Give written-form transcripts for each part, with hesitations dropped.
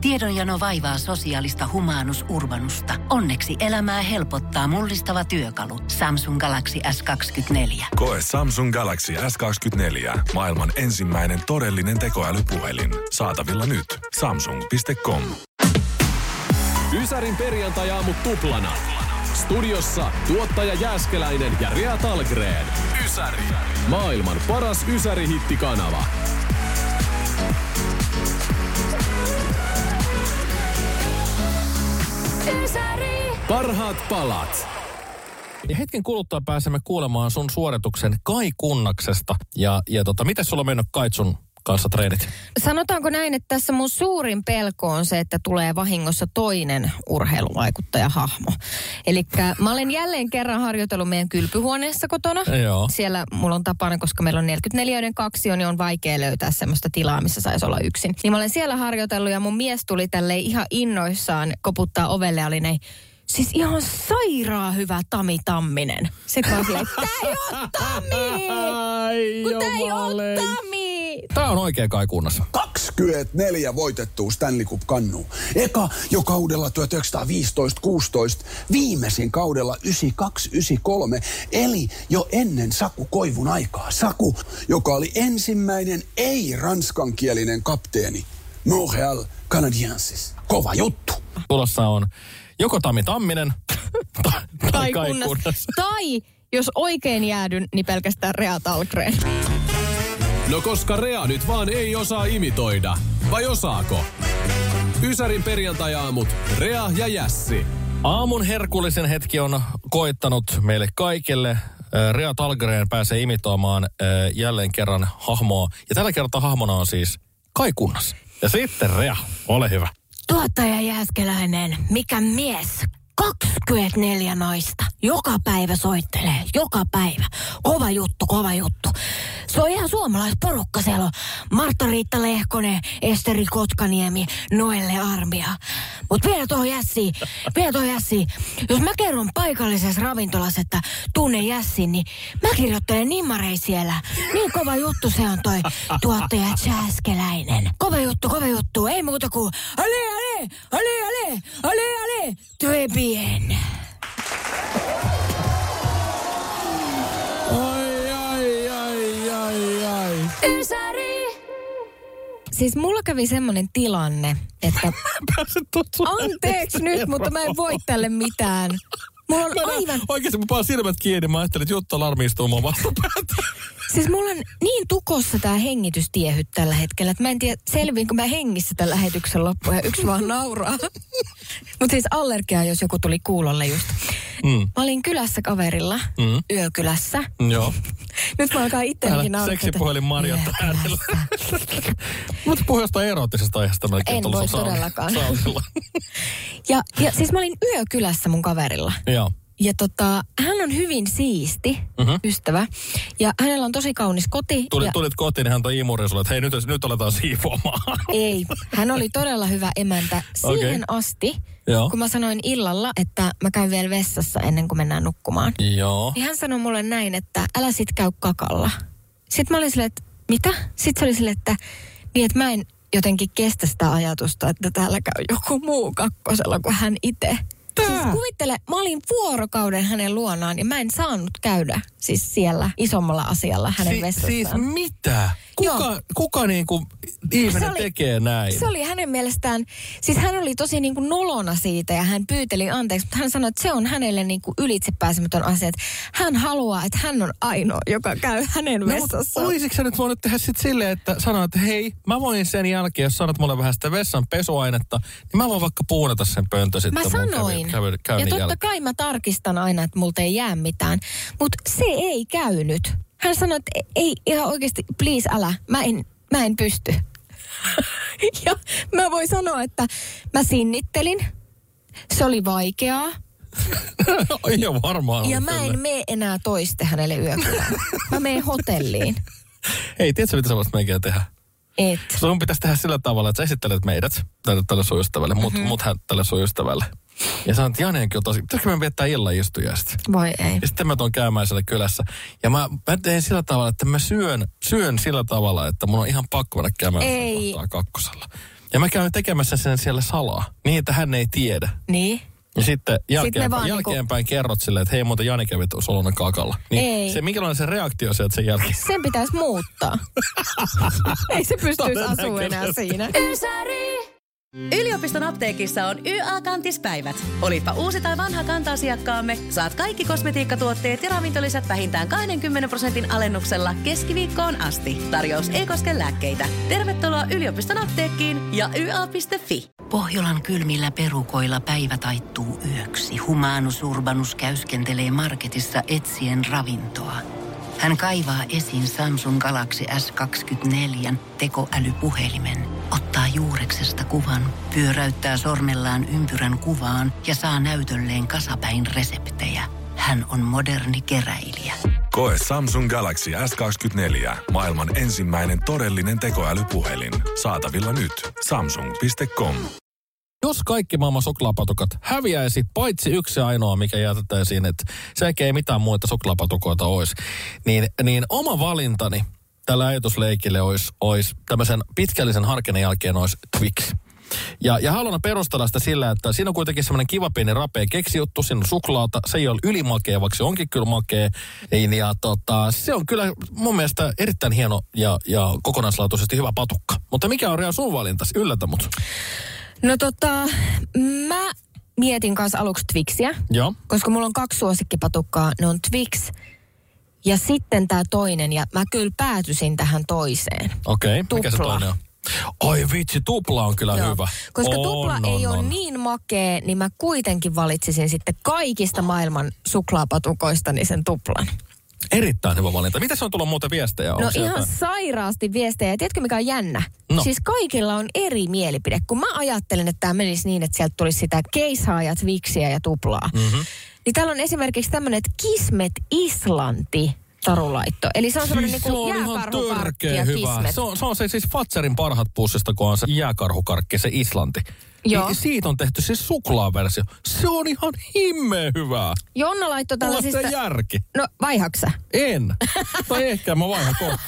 Tiedonjano vaivaa sosiaalista humanus urbanusta. Onneksi elämää helpottaa mullistava työkalu. Samsung Galaxy S24. Koe Samsung Galaxy S24. Maailman ensimmäinen todellinen tekoälypuhelin. Saatavilla nyt. Samsung.com. Ysärin perjantai-aamut tuplana. Studiossa tuottaja Jääskeläinen ja Rea Tallgren. Ysäri. Maailman paras Ysäri-hittikanava. Ysäri. Parhaat palat. Ja hetken kuluttua pääsemme kuulemaan sun suorituksen Kai Kunnaksesta. Ja miten sulla on mennyt Kaitsun kanssa treenit? Sanotaanko näin, että tässä mun suurin pelko on se, että tulee vahingossa toinen urheiluvaikuttajahahmo. Elikkä mä olen jälleen kerran harjoitellut meidän kylpyhuoneessa kotona. Joo. Siellä mulla on tapana, koska meillä on 44 kaksio, niin on vaikea löytää semmoista tilaa, missä saisi olla yksin. Niin mä olen siellä harjoitellut ja mun mies tuli tälleen ihan innoissaan koputtaa ovelle ja oli näin, siis ihan sairaan hyvä Tami Tamminen. Se on silleen, tää ei oo Tami! Kun tää ei oo Tami! Tää on oikein Kai Kunnas. 24 voitettua Stanley Cup-kannua. Eka jo kaudella 1915-16, viimeisin kaudella 92-93, eli jo ennen Saku Koivun aikaa. Saku, joka oli ensimmäinen ei-ranskankielinen kapteeni Montreal Canadiensis. Kova juttu. Tulossa on joko Tami Tamminen tai Kai Kunnas. Tai jos oikein jäädyn, niin pelkästään Rea Tallgren. No koska Rea nyt vaan ei osaa imitoida. Vai osaako? Ysärin perjantai-aamut. Rea ja Jässi. Aamun herkullisen hetki on koittanut meille kaikille. Rea Tallgren pääsee imitoimaan jälleen kerran hahmoa. Ja tällä kertaa hahmona on siis Kai Kunnas. Ja sitten Rea, ole hyvä. Tuottaja Jääskeläinen, mikä mies? 24 naista. Joka päivä soittelee. Joka päivä. Kova juttu, kova juttu. Se on ihan suomalaisporukka. Siellä on Martta-Riitta Lehkonen, Esteri Kotkaniemi, Noelle Armia. Mutta vielä tuohon Jässiin. Jos mä kerron paikallisessa ravintolassa, että tunne Jässin, niin mä kirjoittelen nimmarei siellä. Niin kova juttu se on toi tuottaja Jääskeläinen. Kova juttu. Ei muuta kuin ale, très bien. Ai. Ysäri. Siis mulla kävi semmonen tilanne, että anteeksi nyt, mutta mä en voi tälle mitään. Mulla on aivan... Oikeasti mä paan silmät kiinni, mä ajattelin, että Jutta Larmi istuu mun vastapäätä. Siis mulla on niin tukossa tää hengitystiehyt tällä hetkellä, että mä en tiedä selviinkö mä hengissä tämän lähetyksen loppuun ja yksi vaan nauraa. Mutta siis allergia, jos joku tuli kuulolle just. Mä olin kylässä kaverilla, yökylässä. Joo. Nyt mä alkaa ittenikin nauraa. Seksipuhelin Marjatta äänellä. Mutta puhu jostain erottisesta aiheesta. En voi todellakaan. Ja siis mä olin yökylässä mun kaverilla. Joo. Ja hän on hyvin siisti ystävä. Ja hänellä on tosi kaunis koti. Tulit kotiin, niin hän toi imuri sulle, että hei nyt aletaan siivoamaan. Ei, hän oli todella hyvä emäntä siihen asti, kun mä sanoin illalla, että mä käyn vielä vessassa ennen kuin mennään nukkumaan. Joo. Niin hän sanoi mulle näin, että älä sit käy kakalla. Sitten mä olin silleen, että mitä? Sitten se oli silleen, että mä en jotenkin kestä sitä ajatusta, että täällä käy joku muu kakkosella kuin hän itse. Siis kuvittele, mä olin vuorokauden hänen luonaan ja mä en saanut käydä siis siellä isommalla asialla hänen vessassaan. Siis mitä? Kuka niinku ihminen tekee näin? Se oli hänen mielestään, siis hän oli tosi niinku nolona siitä ja hän pyyteli anteeksi, mutta hän sanoi, että se on hänelle niinku ylitsepääsemätön asia, että hän haluaa, että hän on ainoa, joka käy hänen vessassaan. Olisitko sä nyt voinut tehdä sitten silleen, että sanoit, että hei, mä voin sen jälkeen, jos sanot mulle vähän sitä vessan pesuainetta, niin mä voin vaikka puunata sen pöntö sitten. Mä sanoin. Ja totta kai mä tarkistan aina, että multa ei jää mitään. Mutta se ei käynyt. Hän sanoi, että ei ihan oikeasti, please älä, mä en pysty. Ja mä voin sanoa, että mä sinnittelin. Se oli vaikeaa. Joo, varmaan. Ja mä en mene enää toiste hänelle yökylään. Mä menen hotelliin. Ei, tiedätkö mitä sä voisit meikin tehdä? Et. Sun pitäisi tehdä sillä tavalla, että sä esittelet meidät tälle sun ystävälle, mut hän tälle sun ystävälle. Ja sanoin, että Janeenkin on tosi, pitäisikö me viettää illan istujasta? Voi ei. Ja sitten mä tuon käymään siellä kylässä. Ja mä teen sillä tavalla, että mä syön sillä tavalla, että mun on ihan pakko mennä käymään kakkosella. Ja mä käyn tekemässä sen siellä salaa, niin että hän ei tiedä. Niin. Ja sitten jälkeenpäin kerrot silleen, että hei muuten Jani kävi tuossa Olonan kakalla. Niin ei. Se, minkälainen se reaktio sieltä sen jälkeen? Sen pitäisi muuttaa. Ei se pystyisi asumaan enää siinä. Yliopiston apteekissa on YA-kantispäivät. Olitpa uusi tai vanha kanta-asiakkaamme, saat kaikki kosmetiikkatuotteet ja ravintolisät vähintään 20% alennuksella keskiviikkoon asti. Tarjous ei koske lääkkeitä. Tervetuloa yliopiston apteekkiin ja YA.fi. Pohjolan kylmillä perukoilla päivä taittuu yöksi. Humanus Urbanus käyskentelee marketissa etsien ravintoa. Hän kaivaa esiin Samsung Galaxy S24 tekoälypuhelimen, ottaa juureksesta kuvan, pyöräyttää sormellaan ympyrän kuvaan ja saa näytölleen kasapäin reseptejä. Hän on moderni keräilijä. Koe Samsung Galaxy S24. Maailman ensimmäinen todellinen tekoälypuhelin. Saatavilla nyt. Samsung.com. Jos kaikki maailman suklaapatukat häviäisi, paitsi yksi ainoa, mikä jätettäisiin, että sekin ei mitään muita suklaapatukoita olisi, niin oma valintani tällä ajatusleikille olisi tämmöisen pitkällisen harkinnan jälkeen olisi Twix. Ja haluan perustella sitä sillä, että siinä on kuitenkin semmoinen kiva pieni rapea keksijuttu, siinä on suklaata, se ei ole ylimakea, vaikka se onkin kyllä makea. Ja se on kyllä mun mielestä erittäin hieno ja kokonaislaatuisesti hyvä patukka. Mutta mikä on Rea sun valintasi? Yllätä mut. No mä mietin kanssa aluksi Twixiä, Joo. koska mulla on 2 suosikkipatukkaa. Ne on Twix ja sitten tää toinen, ja mä kyllä päätyisin tähän toiseen. Okei, mikä se Tupla. toinen on? Oi vitsi, tupla on kyllä hyvä. Koska tupla ei ole niin makea, niin mä kuitenkin valitsisin sitten kaikista maailman suklaapatukoista niin sen tuplan. Erittäin hyvä valinta. Mitä se on tullut muuten viestejä? No ihan sairaasti viestejä. Ja tiedätkö mikä on jännä? No. Siis kaikilla on eri mielipide. Kun mä ajattelin, että tämä menisi niin, että sieltä tulisi sitä keisaa ja Twixiä ja tuplaa. Mm-hmm. Niin täällä on esimerkiksi tämmöinen, että Kismet Islanti tarulaitto. Eli se on semmoinen siis niinku jääkarhukarkki ja Kismet. Se on se siis Fatserin parhaat pussista, kun on se jääkarhukarkki, se Islanti. Joo. Siitä on tehty siis suklaaversio. Se on ihan himmeä hyvää. Jonna laittoi tällaisista... Mulla järki. No, vaihaksä? En. Tai ehkä mä vaihan kohta.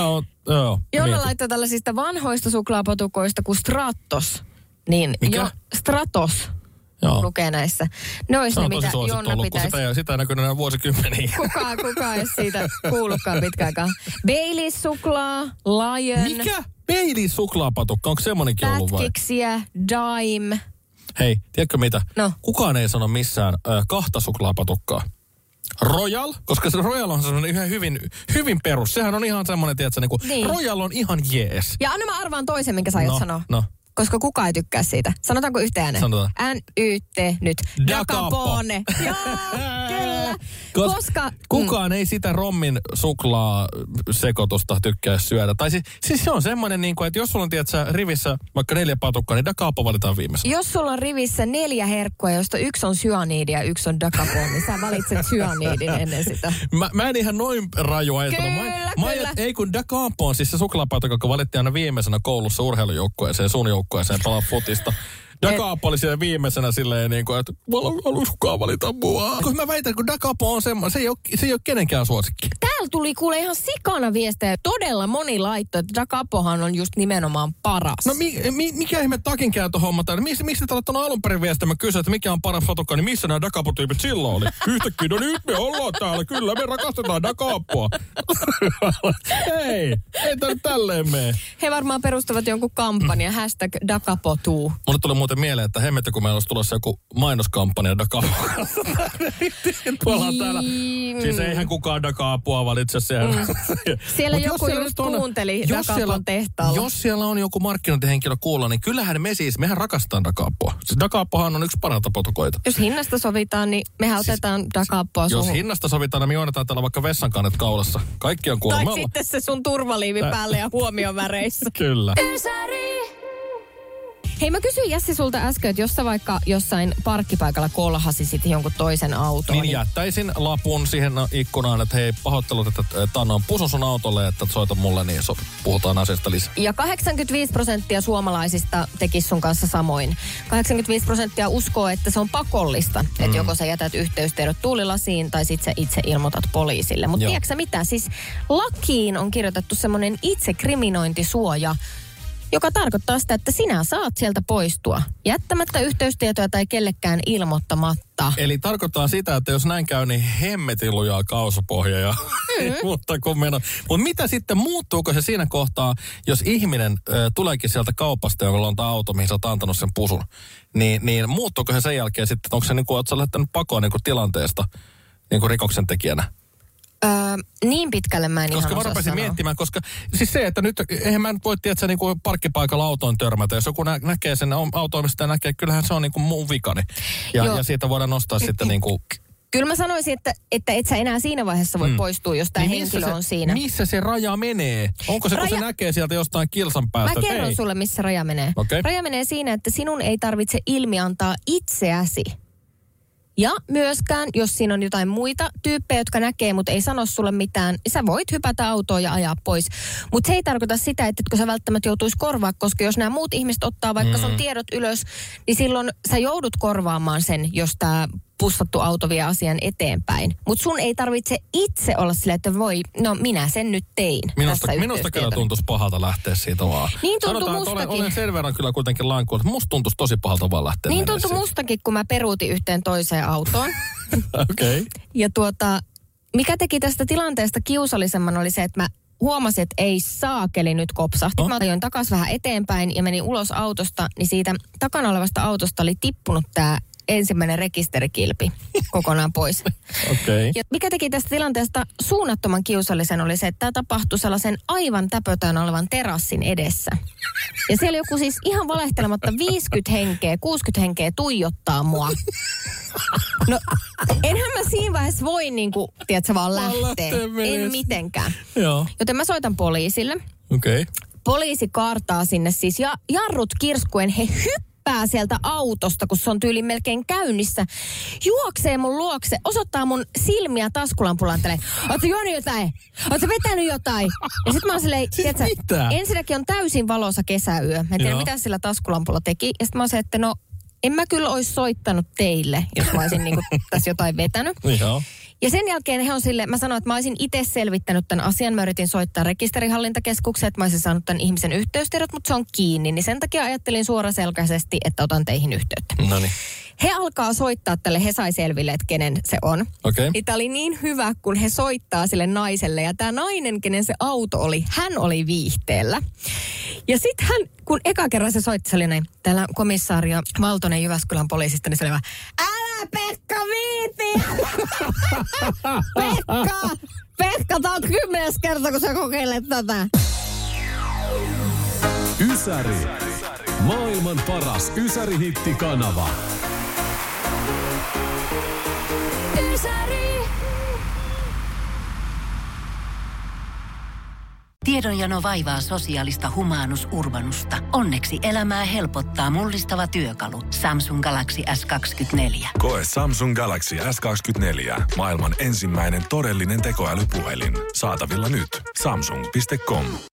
Jonna laittoi tällaisista vanhoista suklaapatukoista kuin Stratos. Niin, mikä? Stratos. Joo. Lukee näissä. Ne olisi ne, mitä Jonna pitäisi. Sitä ei näkynyt enää vuosikymmeniä. Kukaan ei siitä kuullutkaan pitkäänkään. Baileys suklaa, Lion. Mikä? Baileys suklaapatukka, onko semmoinenkin ollut vai? Pätkiksiä, Dime. Hei, tiedätkö mitä? No. Kukaan ei sano missään 2 suklaapatukkaa. Royal, koska se Royal on semmoinen ihan hyvin perus. Sehän on ihan semmoinen, tiedätkö, niin. Royal on ihan jees. Ja anna mä arvaan toisen, minkä sä aiot sanoa. No. Koska kukaan ei tykkää siitä. Sanotaanko yhteen ääneen? Sanotaan. N-Y-T nyt. Da Cappone. Joo, kyllä. Koska kukaan ei sitä rommin suklaasekoitusta tykkää syödä. Tai siis se on semmoinen, niin kuin, että jos sulla on tiedätkö, rivissä vaikka 4 patukkaa, niin Da Capo valitaan viimeisenä. Jos sulla on rivissä 4 herkkua, josta 1 on syaniidi ja 1 on Da Capo, niin sä valitset syaniidin ennen sitä. Mä en ihan noin raju ajatella. Kyllä. Ei kun Da Capo on siis se suklaapatukka, joka valittiin aina viimeisenä koulussa urheilujoukkueeseen, sun joukkueeseen pelaa futista. Da Capo oli siellä viimeisenä silleen niin kuin, että haluaisi kukaan valita mua. Kun mä väitän, kun Da Capo on semmoinen, se ei ole kenenkään suosikki. Täällä tuli kuule ihan sikana viestejä. Todella moni laittoi, että Da Capohan on just nimenomaan paras. No mikä ihme takinkääntöhomma täällä? Miksi te olette alun perin viestiä? Mä kysyin, että mikä on paras patukka, niin missä nämä Da Capo-tyypit silloin oli? Yhtäkkiä, no nyt me ollaan täällä. Kyllä, me rakastetaan Da Capoa. ei tää tälleen mene. He varmaan perustavat jonkun kampanjan, hashtag Da Capo tuu. Mulle tuli muuten mieleen, että hemmetti, kun meillä olisi tulossa joku mainoskampanja Da Capo. Tuolla on täällä. Siis eihän kukaan Da Capoa valitse siellä. Siellä joku just kuunteli Da Capon tehtaalla. Jos siellä on joku markkinointihenkilö kuulla, niin kyllähän mehän rakastetaan Da Capoa. Siis Da Capohan on yksi parhaita potukoita. Jos hinnasta sovitaan, niin mehän otetaan Da Capoa suhun. Jos hinnasta sovitaan, niin me juonetaan täällä vaikka vessankannet kaulassa. Kaikki on kuulemma. Tai sitten se sun turvaliivi päälle ja huomioväreissä. Kyllä. Hei, mä kysyin Jessi sulta äsken, että jos sä vaikka jossain parkkipaikalla kolhasisit jonkun toisen auton. Niin jättäisin lapun siihen ikkunaan, että hei, pahoittelut, että annan pusun sun autolle, että soita mulle, niin puhutaan asiasta lisää. Ja 85% suomalaisista tekisi sun kanssa samoin. 85% uskoo, että se on pakollista, että joko sä jätät yhteystiedot tuulilasiin tai sit sä itse ilmoitat poliisille. Mutta tiedätkö sä mitä? Siis lakiin on kirjoitettu semmoinen itsekriminointisuoja, joka tarkoittaa sitä, että sinä saat sieltä poistua jättämättä yhteystietoja tai kellekään ilmoittamatta. Eli tarkoittaa sitä, että jos näin käy, niin hemmetin lujaa kausapohja ja mutta mitä sitten, muuttuuko se siinä kohtaa, jos ihminen tuleekin sieltä kaupasta, jolla on tämä auto, mihin sä oot antanut sen pusun, niin muuttuuko se sen jälkeen sitten, onko se niin kuin, oot sä lähtenyt pakoon niin kuin tilanteesta niin kuin rikoksen tekijänä? Niin pitkälle mä en koska mä rupesin miettimään, koska siis se, että nyt eihän mä nyt voi tietää, että niin kuin parkkipaikalla autoon törmätä. Jos joku näkee sen autoimista ja näkee, kyllähän se on niin kuin mun vikani. Ja siitä voidaan nostaa sitten niin kuin... Kyllä mä sanoisin, että et sä enää siinä vaiheessa voi poistua, jos tämä henkilö on siinä. Missä se raja menee? Onko se, kun se näkee sieltä jostain kilsan päästä? Mä kerron sulle, missä raja menee. Okay. Raja menee siinä, että sinun ei tarvitse ilmiantaa itseäsi. Ja myöskään, jos siinä on jotain muita tyyppejä, jotka näkee, mutta ei sano sulle mitään, sä voit hypätä autoon ja ajaa pois. Mutta se ei tarkoita sitä, että sä välttämättä joutuisi korvaa, koska jos nämä muut ihmiset ottaa vaikka sun tiedot ylös, niin silloin sä joudut korvaamaan sen, jos tämä pussattu auto vie asian eteenpäin. Mutta sun ei tarvitse itse olla silleen, että voi, no minä sen nyt tein. Minusta kyllä tuntuisi pahalta lähteä siitä vaan. Niin tuntuu mustakin. Olen sen verran kyllä kuitenkin lainkuun, että musta tuntuisi tosi pahalta vaan lähteä. Niin tuntui mustakin, kun mä peruutin yhteen toiseen autoon. Okei. Okay. Ja mikä teki tästä tilanteesta kiusallisemman oli se, että mä huomasin, että ei saakeli nyt kopsahti. Mä ajoin takas vähän eteenpäin ja menin ulos autosta, niin siitä takana olevasta autosta oli tippunut tää ensimmäinen rekisterikilpi kokonaan pois. Okay. Ja mikä teki tästä tilanteesta suunnattoman kiusallisen oli se, että tämä tapahtui sellaisen aivan täpötään olevan terassin edessä. Ja siellä joku siis ihan valehtelematta 50 henkeä, 60 henkeä tuijottaa mua. No, enhän mä siinä vaiheessa voi niinku, tiedätkö, vaan lähteä. En mitenkään. Joo. Joten mä soitan poliisille. Okei. Okay. Poliisi kaartaa sinne siis ja jarrut kirskuen he hyppää sieltä autosta, kun se on tyyli melkein käynnissä. Juoksee mun luokse, osoittaa mun silmiä taskulampulla, antelee. Ootko juonut jotain? Ootko vetänyt jotain? Ja sit mä oon silleen, siis tiedätkö, ensinnäkin on täysin valoisa kesäyö. Mä en tiedä, mitä sillä taskulampulla teki. Ja sit mä oon se, että no, en mä kyllä olisi soittanut teille, jos mä olisin niinku tässä jotain vetänyt. Joo. Ja sen jälkeen he on silleen, mä sanoin, että mä olisin itse selvittänyt tämän asian. Mä yritin soittaa rekisterihallintakeskukseen, että mä olisin saanut tämän ihmisen yhteystiedot, mutta se on kiinni. Niin sen takia ajattelin suoraselkäisesti, että otan teihin yhteyttä. Noniin. He alkaa soittaa tälle, he sai selville, että kenen se on. Okay. Ja tämä oli niin hyvä, kun he soittaa sille naiselle. Ja tämä nainen, kenen se auto oli, hän oli viihteellä. Ja sitten hän, kun eka kerran se soitti, se oli näin, täällä komissaario Valtonen Jyväskylän poliisista, niin se oli vaan, älä Pekka viiti! Pekka, tää on 10. kerta, kun sä kokeilet tätä. Ysäri. Maailman paras Ysäri-hittikanava. Ysäri. Tiedonjano vaivaa sosiaalista humanus urbanusta. Onneksi elämää helpottaa mullistava työkalu. Samsung Galaxy S24. Koe Samsung Galaxy S24. Maailman ensimmäinen todellinen tekoälypuhelin. Saatavilla nyt. Samsung.com.